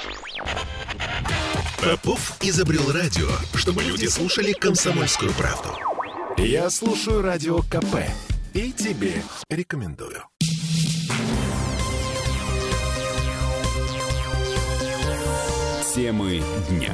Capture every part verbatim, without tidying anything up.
Попов изобрел радио, чтобы люди слушали «Комсомольскую правду». Я слушаю Радио КП и тебе рекомендую. Темы дня.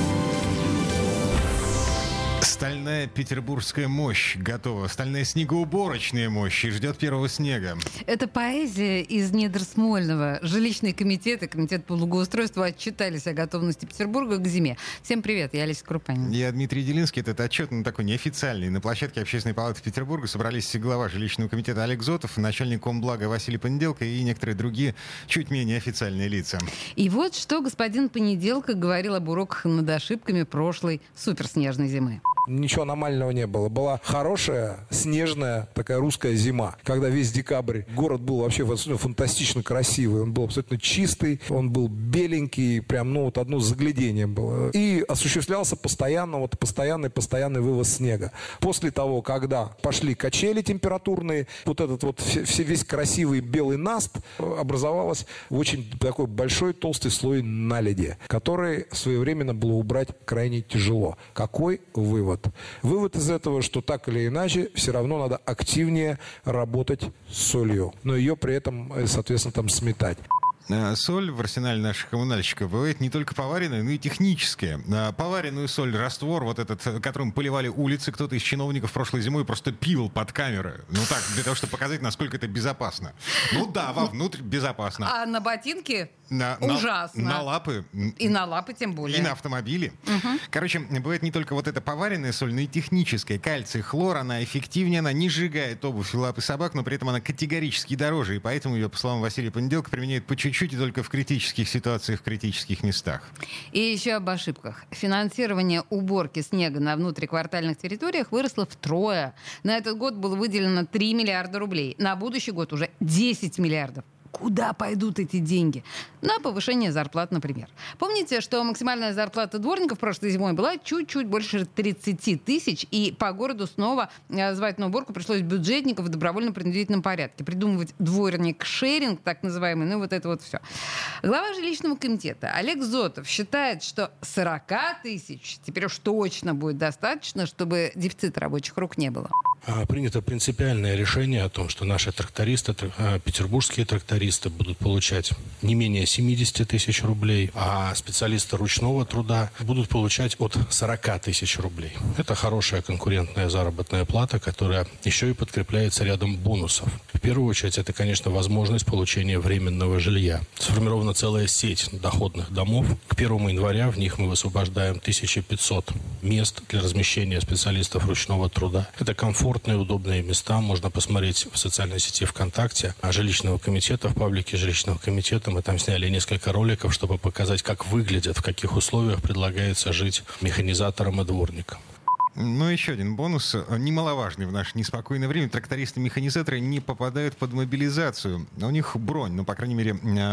Стальная петербургская мощь готова. Стальная снегоуборочная мощь и ждет первого снега. Это поэзия из недр Смольного. Жилищный комитет и комитет по благоустройству отчитались о готовности Петербурга к зиме. Всем привет, я Олеся Крупанина. Я Дмитрий Делинский. Этот отчет, ну, такой неофициальный. На площадке Общественной палаты Петербурга собрались глава жилищного комитета Олег Зотов, начальник Комблага Василий Понеделко и некоторые другие чуть менее официальные лица. И вот что господин Понеделко говорил об уроках над ошибками прошлой суперснежной зимы. Ничего аномального не было. Была хорошая, снежная такая русская зима, когда весь декабрь город был вообще фантастично красивый. Он был абсолютно чистый, он был беленький, прям, ну, вот одно заглядение было. И осуществлялся постоянно, вот постоянный, постоянный вывоз снега. После того, когда пошли качели температурные, вот этот вот все, весь красивый белый наст, образовалось очень такой большой толстый слой наледи, который своевременно было убрать крайне тяжело. Какой вывод? Вывод из этого, что так или иначе, все равно надо активнее работать с солью, но ее при этом, соответственно, там сметать. Соль в арсенале наших коммунальщиков бывает не только поваренная, но и техническая. Поваренную соль, раствор, вот этот, которым поливали улицы, кто-то из чиновников прошлой зимой просто пил под камеры. Ну так, для того, чтобы показать, насколько это безопасно. Ну да, вовнутрь безопасно. А на ботинки? На, ужасно. На, на лапы. И на лапы тем более. И на автомобили. Угу. Короче, бывает не только вот эта поваренная соль, но и техническая. Кальций, хлор, она эффективнее, она не сжигает обувь и лапы собак, но при этом она категорически дороже. И поэтому ее, по словам Василия Понеделка, применяют по чуть-чуть и только в критических ситуациях, в критических местах. И еще об ошибках. Финансирование уборки снега на внутриквартальных территориях выросло втрое. На этот год было выделено три миллиарда рублей. На будущий год уже десять миллиардов. Куда пойдут эти деньги? На повышение зарплат, например. Помните, что максимальная зарплата дворников прошлой зимой была чуть-чуть больше тридцать тысяч, и по городу снова звать на уборку пришлось бюджетников в добровольно-принудительном порядке. Придумывать дворник-шеринг, так называемый, ну вот это вот все. Глава жилищного комитета Олег Зотов считает, что сорок тысяч теперь уж точно будет достаточно, чтобы дефицита рабочих рук не было. Принято принципиальное решение о том, что наши трактористы, петербургские трактористы будут получать не менее семьдесят тысяч рублей, а специалисты ручного труда будут получать от сорок тысяч рублей. Это хорошая конкурентная заработная плата, которая еще и подкрепляется рядом бонусов. В первую очередь, это, конечно, возможность получения временного жилья. Сформирована целая сеть доходных домов. К первому января в них мы высвобождаем тысяча пятьсот мест для размещения специалистов ручного труда. Это комфортные, удобные места. Можно посмотреть в социальной сети ВКонтакте жилищного комитета, в паблике жилищного комитета. Мы там сняли несколько роликов, чтобы показать, как выглядит, в каких условиях предлагается жить механизаторам и дворникам. Ну, еще один бонус, немаловажный в наше неспокойное время. Трактористы-механизаторы не попадают под мобилизацию. У них бронь, ну, по крайней мере,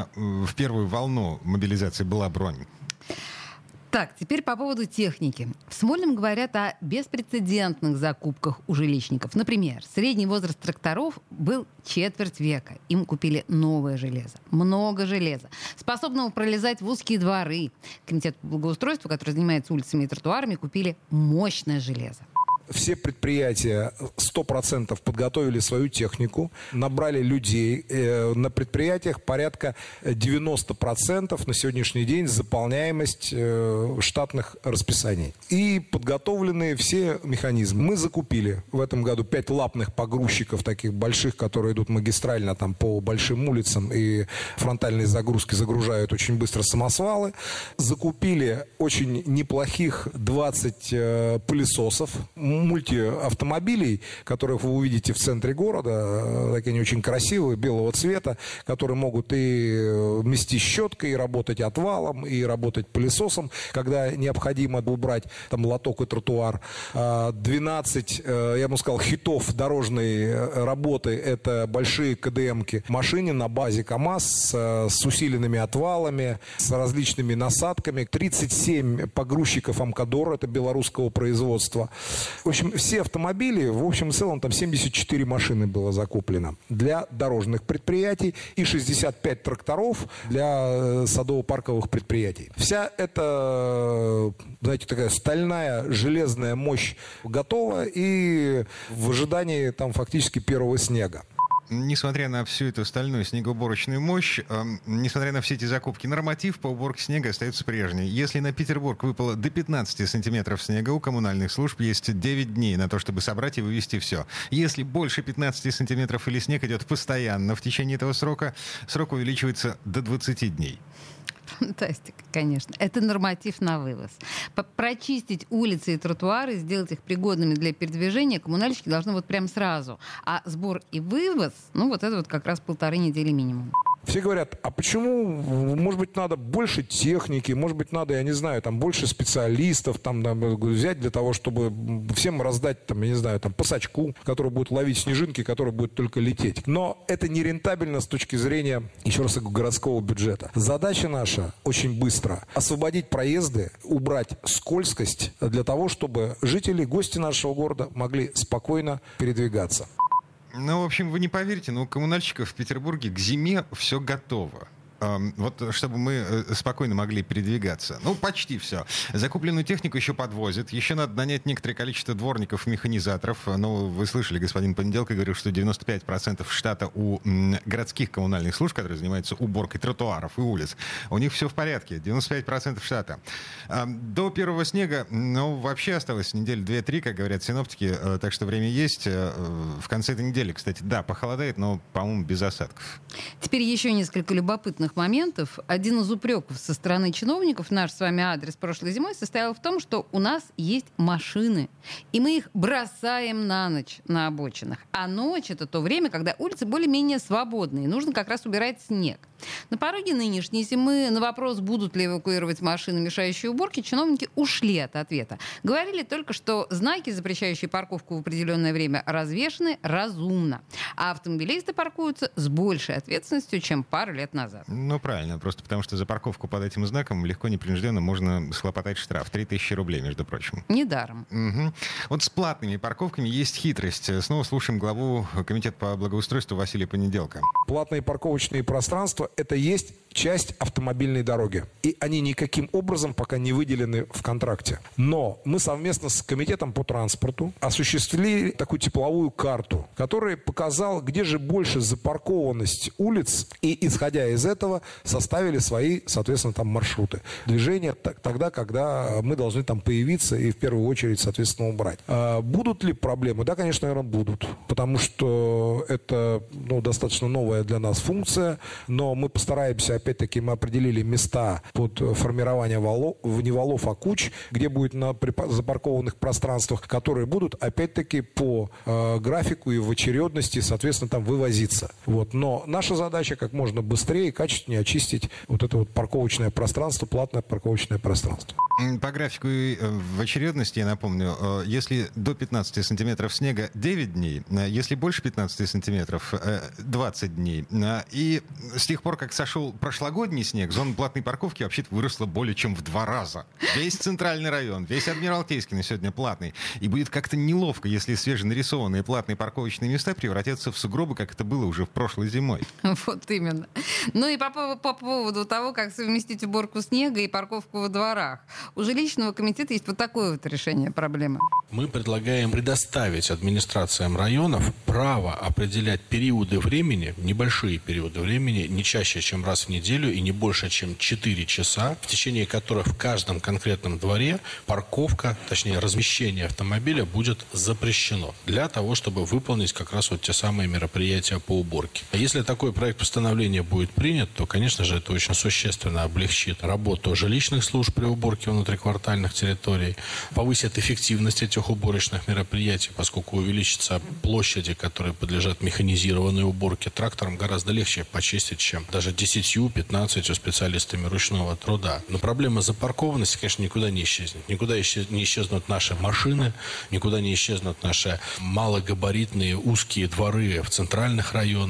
в первую волну мобилизации была бронь. Так, теперь по поводу техники. В Смольном говорят о беспрецедентных закупках у жилищников. Например, средний возраст тракторов был четверть века. Им купили новое железо. Много железа. Способного пролезать в узкие дворы. Комитет по благоустройству, который занимается улицами и тротуарами, купили мощное железо. Все предприятия сто процентов подготовили свою технику, набрали людей. На предприятиях порядка девяносто процентов на сегодняшний день заполняемость штатных расписаний. И подготовлены все механизмы. Мы закупили в этом году пять лапных погрузчиков, таких больших, которые идут магистрально там, по большим улицам, и фронтальные загрузки загружают очень быстро самосвалы. Закупили очень неплохих двадцать пылесосов, мультиавтомобилей, которых вы увидите в центре города, такие они очень красивые, белого цвета, которые могут и мести щеткой, и работать отвалом, и работать пылесосом, когда необходимо убрать там лоток и тротуар. двенадцать, я бы сказал, хитов дорожной работы, это большие КДМки, машины на базе КАМАЗ с усиленными отвалами, с различными насадками, тридцать семь погрузчиков Амкадор, это белорусского производства. В общем, все автомобили, в общем и целом, там семьдесят четыре машины было закуплено для дорожных предприятий и шестьдесят пять тракторов для садово-парковых предприятий. Вся эта, знаете, такая стальная, железная мощь готова и в ожидании там фактически первого снега. Несмотря на всю эту стальную снегоуборочную мощь, э, несмотря на все эти закупки, норматив по уборке снега остается прежний. Если на Петербург выпало до пятнадцати сантиметров снега, у коммунальных служб есть девять дней на то, чтобы собрать и вывести все. Если больше пятнадцати сантиметров или снег идет постоянно в течение этого срока, срок увеличивается до двадцати дней. Фантастика, конечно. Это норматив на вывоз. Прочистить улицы и тротуары, сделать их пригодными для передвижения коммунальщики должны вот прям сразу. А сбор и вывоз, ну вот это вот как раз полторы недели минимум. Все говорят, а почему, может быть, надо больше техники, может быть, надо, я не знаю, там больше специалистов там, там взять для того, чтобы всем раздать, там, я не знаю, там, пасачку, который будет ловить снежинки, который будет только лететь. Но это нерентабельно с точки зрения, еще раз говорю, городского бюджета. Задача наша очень быстро освободить проезды, убрать скользкость для того, чтобы жители, гости нашего города могли спокойно передвигаться. Ну, в общем, вы не поверите, но у коммунальщиков в Петербурге к зиме все готово. Вот чтобы мы спокойно могли передвигаться. Ну, почти все. Закупленную технику еще подвозят. Еще надо нанять некоторое количество дворников, механизаторов. Ну, вы слышали, господин Понеделко говорил, что девяносто пять процентов штата у городских коммунальных служб, которые занимаются уборкой тротуаров и улиц, у них все в порядке. девяносто пять процентов штата. До первого снега, ну, вообще осталось неделю две-три, как говорят синоптики, так что время есть. В конце этой недели, кстати, да, похолодает, но, по-моему, без осадков. Теперь еще несколько любопытных моментов. Один из упреков со стороны чиновников, наш с вами адрес прошлой зимой, состоял в том, что у нас есть машины, и мы их бросаем на ночь на обочинах. А ночь — это то время, когда улицы более-менее свободные, и нужно как раз убирать снег. На пороге нынешней зимы на вопрос, будут ли эвакуировать машины, мешающие уборке, чиновники ушли от ответа. Говорили только, что знаки, запрещающие парковку в определенное время, развешаны разумно, а автомобилисты паркуются с большей ответственностью, чем пару лет назад. Ну, правильно. Просто потому, что за парковку под этим знаком легко, непринужденно можно схлопотать штраф. три тысячи рублей, между прочим. Недаром. Угу. Вот с платными парковками есть хитрость. Снова слушаем главу Комитета по благоустройству Василия Понеделко. Платные парковочные пространства — это есть часть автомобильной дороги. И они никаким образом пока не выделены в контракте. Но мы совместно с Комитетом по транспорту осуществили такую тепловую карту, которая показала, где же больше запаркованность улиц, и, исходя из этого, составили свои, соответственно, там маршруты движения тогда, когда мы должны там появиться и в первую очередь, соответственно, убрать. А будут ли проблемы? Да, конечно, наверное, будут. Потому что это, ну, достаточно новая для нас функция, но мы постараемся, опять-таки, мы определили места под формирование валов, не валов, а куч, где будет на запаркованных пространствах, которые будут, опять-таки, по э, графику и в очередности, соответственно, там вывозиться. Вот. Но наша задача как можно быстрее и качественнее очистить вот это вот парковочное пространство, платное парковочное пространство. По графику и в очередности, я напомню, если до пятнадцати сантиметров снега девять дней, если больше пятнадцати сантиметров двадцать дней. И с тех пор, как сошел прошлогодний снег, зона платной парковки вообще-то выросла более чем в два раза. Весь центральный район, весь Адмиралтейский на сегодня платный. И будет как-то неловко, если свеженарисованные платные парковочные места превратятся в сугробы, как это было уже в прошлой зимой. Вот именно. Ну и по, по поводу того, как совместить уборку снега и парковку во дворах. У жилищного комитета есть вот такое вот решение проблемы. Мы предлагаем предоставить администрациям районов право определять периоды времени, небольшие периоды времени, не чаще, чем раз в неделю и не больше, чем четыре часа, в течение которых в каждом конкретном дворе парковка, точнее размещение автомобиля будет запрещено для того, чтобы выполнить как раз вот те самые мероприятия по уборке. Если такой проект постановления будет принят, то, конечно же, это очень существенно облегчит работу жилищных служб при уборке внутриквартальных территорий, повысит эффективность этих уборочных мероприятий, поскольку увеличится площади, которые подлежат механизированной уборке. Трактором гораздо легче почистить, чем даже десятью-пятнадцатью специалистами ручного труда. Но проблема запаркованности, конечно, никуда не исчезнет. Никуда не исчезнут наши машины, никуда не исчезнут наши малогабаритные узкие дворы в центральных районах.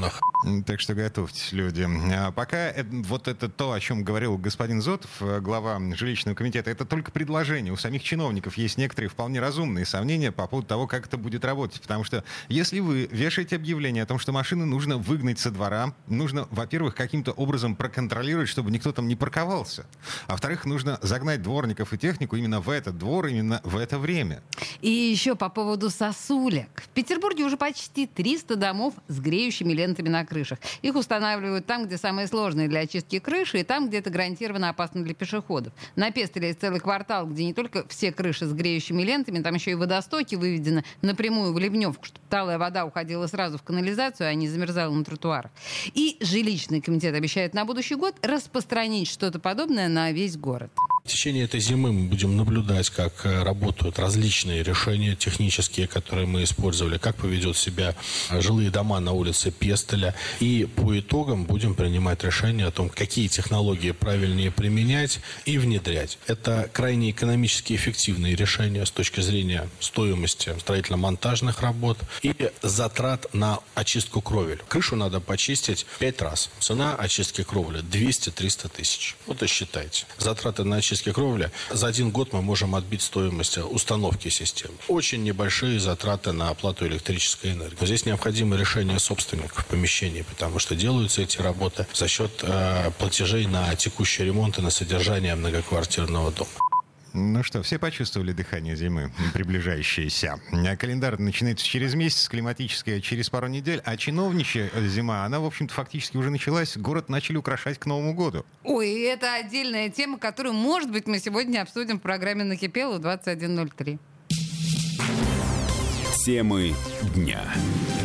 Так что готовьтесь, люди. А пока это, вот это то, о чем говорил господин Зотов, глава жилищного комитета, это только предложение. У самих чиновников есть некоторые вполне разумные сомнения по поводу того, как это будет работать. Потому что если вы вешаете объявление о том, что машины нужно выгнать со двора, нужно, во-первых, каким-то образом проконтролировать, чтобы никто там не парковался. А во-вторых, нужно загнать дворников и технику именно в этот двор, именно в это время. И еще по поводу сосулек. В Петербурге уже почти триста домов с греющими лентами на крышах. Их устанавливают там, где самые сложные для очистки крыши, и там, где это гарантированно опасно для пешеходов. На Пестеле есть целый квартал, где не только все крыши с греющими лентами, там еще и водостоки выведены напрямую в ливневку, чтобы талая вода уходила сразу в канализацию, а не замерзала на тротуарах. И жилищный комитет обещает на будущий год распространить что-то подобное на весь город. В течение этой зимы мы будем наблюдать, как работают различные решения технические, которые мы использовали, как поведет себя жилые дома на улице Пестеля. И по итогам будем принимать решение о том, какие технологии правильнее применять и внедрять. Это крайне экономически эффективные решения с точки зрения стоимости строительно-монтажных работ и затрат на очистку кровель. Крышу надо почистить пять раз. Цена очистки кровли двести-триста тысяч. Вот и считайте. Затраты на очистку кровли за один год мы можем отбить стоимость установки системы. Очень небольшие затраты на оплату электрической энергии. Но здесь необходимо решение собственников помещений, потому что делаются эти работы за счет э, платежей на текущий ремонт и на содержание многоквартирного дома. Ну что, все почувствовали дыхание зимы, приближающееся. Календарь начинается через месяц, климатическая через пару недель, а чиновничья зима, она, в общем-то, фактически уже началась. Город начали украшать к Новому году. Ой, это отдельная тема, которую, может быть, мы сегодня обсудим в программе «Накипело» двадцать один ноль три. Темы дня.